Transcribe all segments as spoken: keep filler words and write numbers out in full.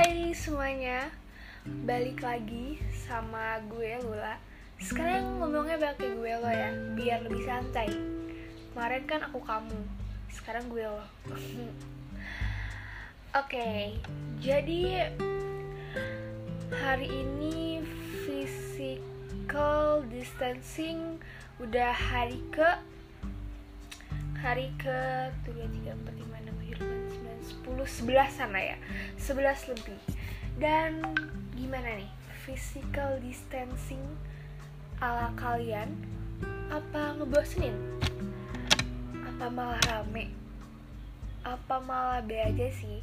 Hai semuanya, balik lagi sama gue Lula. Sekarang ngomongnya pakai gue lo ya, biar lebih santai. Kemarin kan aku kamu, sekarang gue lo. Oke, okay, jadi hari ini physical distancing udah hari ke hari ke tuh dua tiga empat lima enam tujuh delapan sembilan sepuluh sebelas sana ya, sebelas lebih. Dan gimana nih physical distancing ala kalian? Apa ngebosenin? Apa malah rame? Apa malah be aja sih?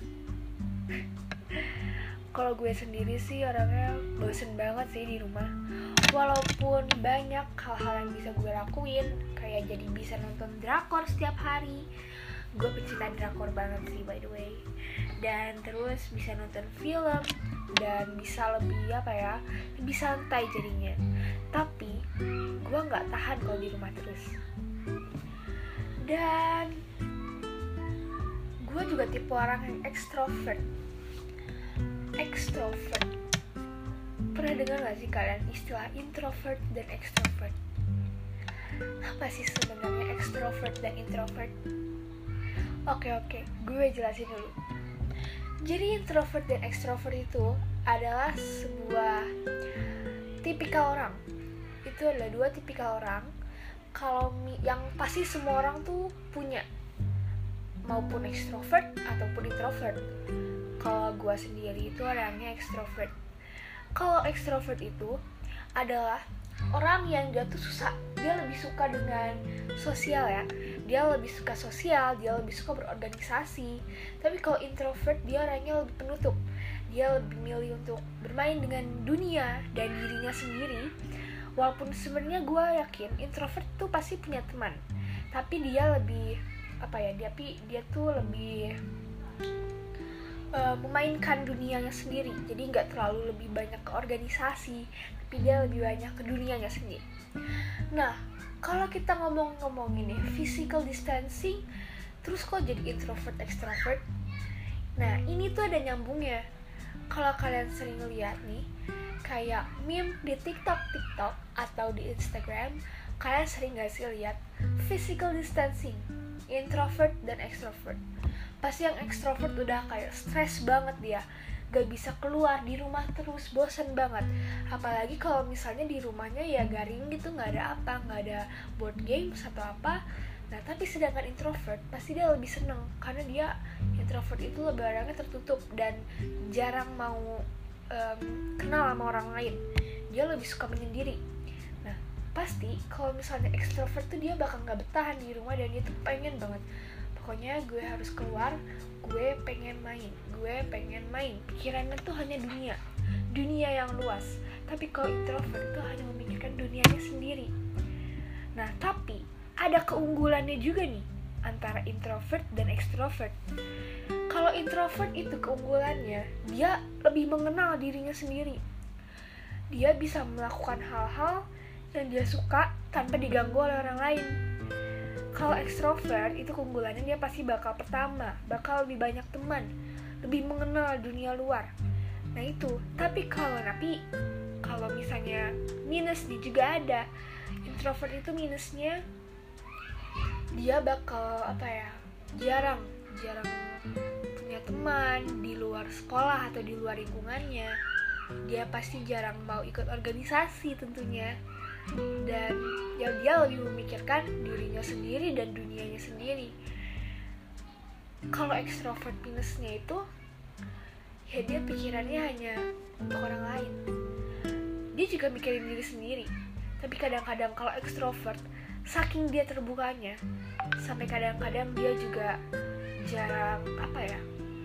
Kalau gue sendiri sih orangnya bosen banget sih di rumah. Walaupun banyak hal-hal yang bisa gue lakuin, kayak jadi bisa nonton drakor setiap hari. Gue pecinta drakor banget sih by the way. Dan terus bisa nonton film dan bisa lebih apa ya, lebih santai jadinya. Tapi gue nggak tahan kalau di rumah terus. Dan gue juga tipe orang yang extrovert. Extrovert. Pernah dengar gak sih kalian istilah introvert dan extrovert? Apa sih sebenarnya extrovert dan introvert? Oke oke, gue jelasin dulu. Jadi introvert dan extrovert itu adalah sebuah tipikal orang. Itu adalah dua tipikal orang kalau yang pasti semua orang tuh punya, maupun extrovert ataupun introvert. Kalau gue sendiri itu orangnya extrovert. Kalau extrovert itu adalah orang yang dia tuh susah, dia lebih suka dengan sosial ya, dia lebih suka sosial, dia lebih suka berorganisasi. Tapi kalau introvert dia orangnya lebih penutup, dia lebih milih untuk bermain dengan dunia dan dirinya sendiri. Walaupun sebenarnya gue yakin introvert tuh pasti punya teman, tapi dia lebih apa ya, dia dia tuh lebih Uh, memainkan dunianya sendiri. Jadi nggak terlalu lebih banyak ke organisasi, tapi dia lebih banyak ke dunianya sendiri. Nah, kalau kita ngomong-ngomongin nih physical distancing, terus kok jadi introvert extrovert? Nah, ini tuh ada nyambungnya. Kalau kalian sering lihat nih, kayak meme di TikTok, TikTok atau di Instagram, kalian sering nggak sih lihat physical distancing, introvert dan extrovert? Pasti yang extrovert udah kayak stres banget dia, gak bisa keluar, di rumah terus, bosen banget. Apalagi kalau misalnya di rumahnya ya garing gitu, gak ada apa, gak ada board games atau apa. Nah tapi sedangkan introvert pasti dia lebih seneng, karena dia introvert itu lebih orangnya tertutup dan jarang mau um, kenal sama orang lain. Dia lebih suka menyendiri. Nah pasti kalau misalnya extrovert tuh dia bakal gak betah di rumah, dan dia tuh pengen banget, pokoknya gue harus keluar, gue pengen main, gue pengen main. Pikirannya tuh hanya dunia, dunia yang luas. Tapi kalau introvert itu hanya memikirkan dunianya sendiri. Nah, tapi ada keunggulannya juga nih antara introvert dan extrovert. Kalau introvert itu keunggulannya, dia lebih mengenal dirinya sendiri. Dia bisa melakukan hal-hal yang dia suka tanpa diganggu oleh orang lain. Kalau extrovert itu keunggulannya, dia pasti bakal pertama, bakal lebih banyak teman, lebih mengenal dunia luar. Nah itu, tapi kalau tapi kalau misalnya minusnya juga ada. Introvert itu minusnya, dia bakal apa ya, jarang, jarang punya teman di luar sekolah atau di luar lingkungannya. Dia pasti jarang mau ikut organisasi tentunya. Dan ya dia lebih memikirkan dirinya sendiri dan dunianya sendiri. Kalau extrovert minusnya itu, ya dia pikirannya hanya untuk orang lain. Dia juga mikirin diri sendiri. Tapi kadang-kadang kalau extrovert, saking dia terbukanya, sampai kadang-kadang dia juga jarang apa ya,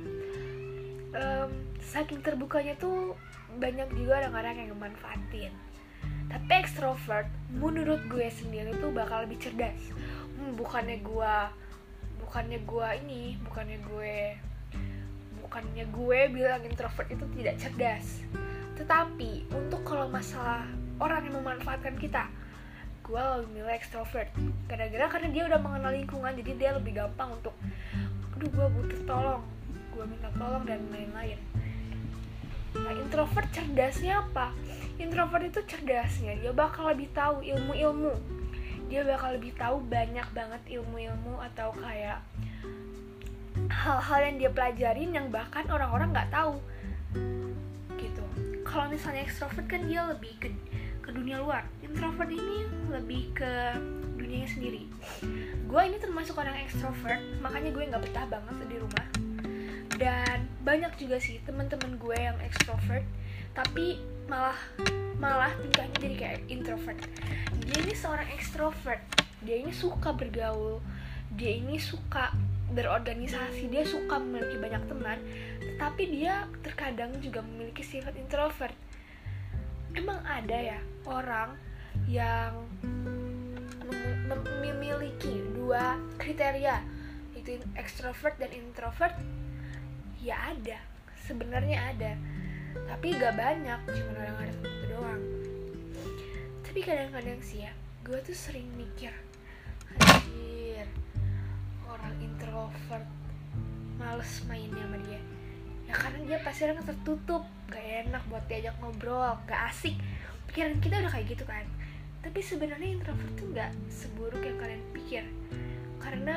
um, saking terbukanya tuh banyak juga orang-orang yang memanfaatin. Tapi extrovert, menurut gue sendiri tuh bakal lebih cerdas. Hmm, bukannya gue, bukannya gue ini, bukannya gue, bukannya gue bilang introvert itu tidak cerdas. Tetapi untuk kalau masalah orang yang memanfaatkan kita, gue lebih milih extrovert. Gara-gara karena dia udah mengenal lingkungan, jadi dia lebih gampang untuk, aduh gue butuh tolong, gue minta tolong dan lain-lain. Nah, introvert cerdasnya apa? Introvert itu cerdasnya dia bakal lebih tahu ilmu-ilmu, dia bakal lebih tahu banyak banget ilmu-ilmu atau kayak hal-hal yang dia pelajarin yang bahkan orang-orang nggak tahu gitu. Kalau misalnya extrovert kan dia lebih ke ke dunia luar, introvert ini lebih ke dunianya sendiri. Gue ini termasuk orang extrovert, makanya gue nggak betah banget di rumah. Dan banyak juga sih teman-teman gue yang extrovert, tapi malah malah tingkahnya jadi kayak introvert. Dia ini seorang extrovert, dia ini suka bergaul, dia ini suka berorganisasi, dia suka memiliki banyak teman, tetapi dia terkadang juga memiliki sifat introvert. Emang ada ya orang yang mem- memiliki dua kriteria, yaitu extrovert dan introvert? Ya ada, sebenarnya ada, tapi gak banyak, cuma orang-orang tertentu doang. Tapi kadang-kadang sih ya, gue tuh sering mikir, anjir, orang introvert males mainnya sama dia. Ya karena dia pasti orang tertutup, gak enak buat diajak ngobrol, gak asik. Pikiran kita udah kayak gitu kan. Tapi sebenarnya introvert tuh gak seburuk yang kalian pikir. Karena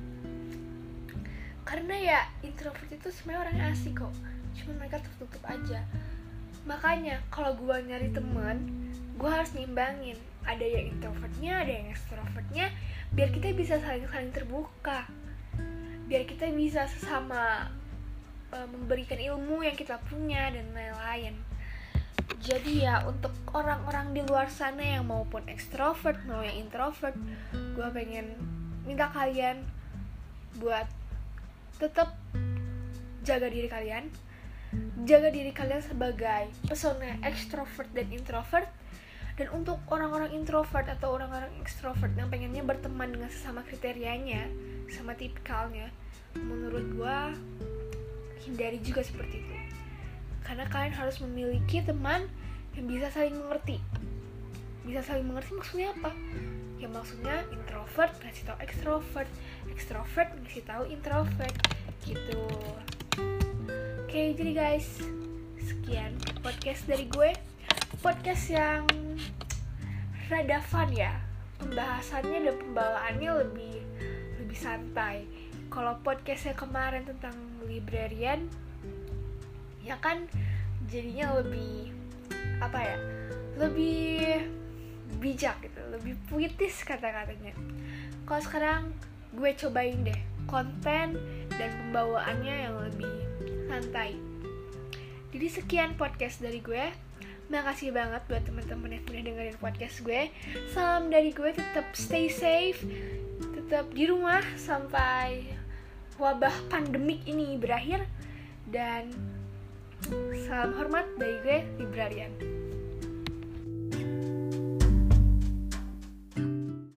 Karena ya introvert itu sebenarnya orang asik kok, cuma mereka tertutup aja. Makanya kalau gue nyari teman, gue harus nyimbangin, ada yang introvertnya, ada yang extrovertnya, biar kita bisa saling-saling terbuka, biar kita bisa sesama uh, memberikan ilmu yang kita punya dan lain-lain. Jadi ya untuk orang-orang di luar sana yang maupun extrovert mau yang introvert, gue pengen minta kalian buat tetap jaga diri kalian, jaga diri kalian sebagai pesona extrovert dan introvert. Dan untuk orang-orang introvert atau orang-orang extrovert yang pengennya berteman dengan sesama kriterianya, sama tipikalnya, menurut gue hindari juga seperti itu. Karena kalian harus memiliki teman yang bisa saling mengerti. Bisa saling mengerti maksudnya apa? Ya maksudnya introvert ngasih tahu extrovert, extrovert ngasih tahu introvert gitu. Oke, jadi guys, sekian podcast dari gue. Podcast yang rada fun ya, pembahasannya dan pembawaannya lebih lebih santai. Kalau podcastnya kemarin tentang librarian, ya kan jadinya lebih apa ya, lebih bijak gitu, lebih puitis kata-katanya. Kalau sekarang gue cobain deh konten dan pembawaannya yang lebih santai. Jadi sekian podcast dari gue. Makasih banget buat teman-teman yang udah dengerin podcast gue. Salam dari gue, tetap stay safe, tetap di rumah sampai wabah pandemik ini berakhir. Dan salam hormat dari gue, Librarian.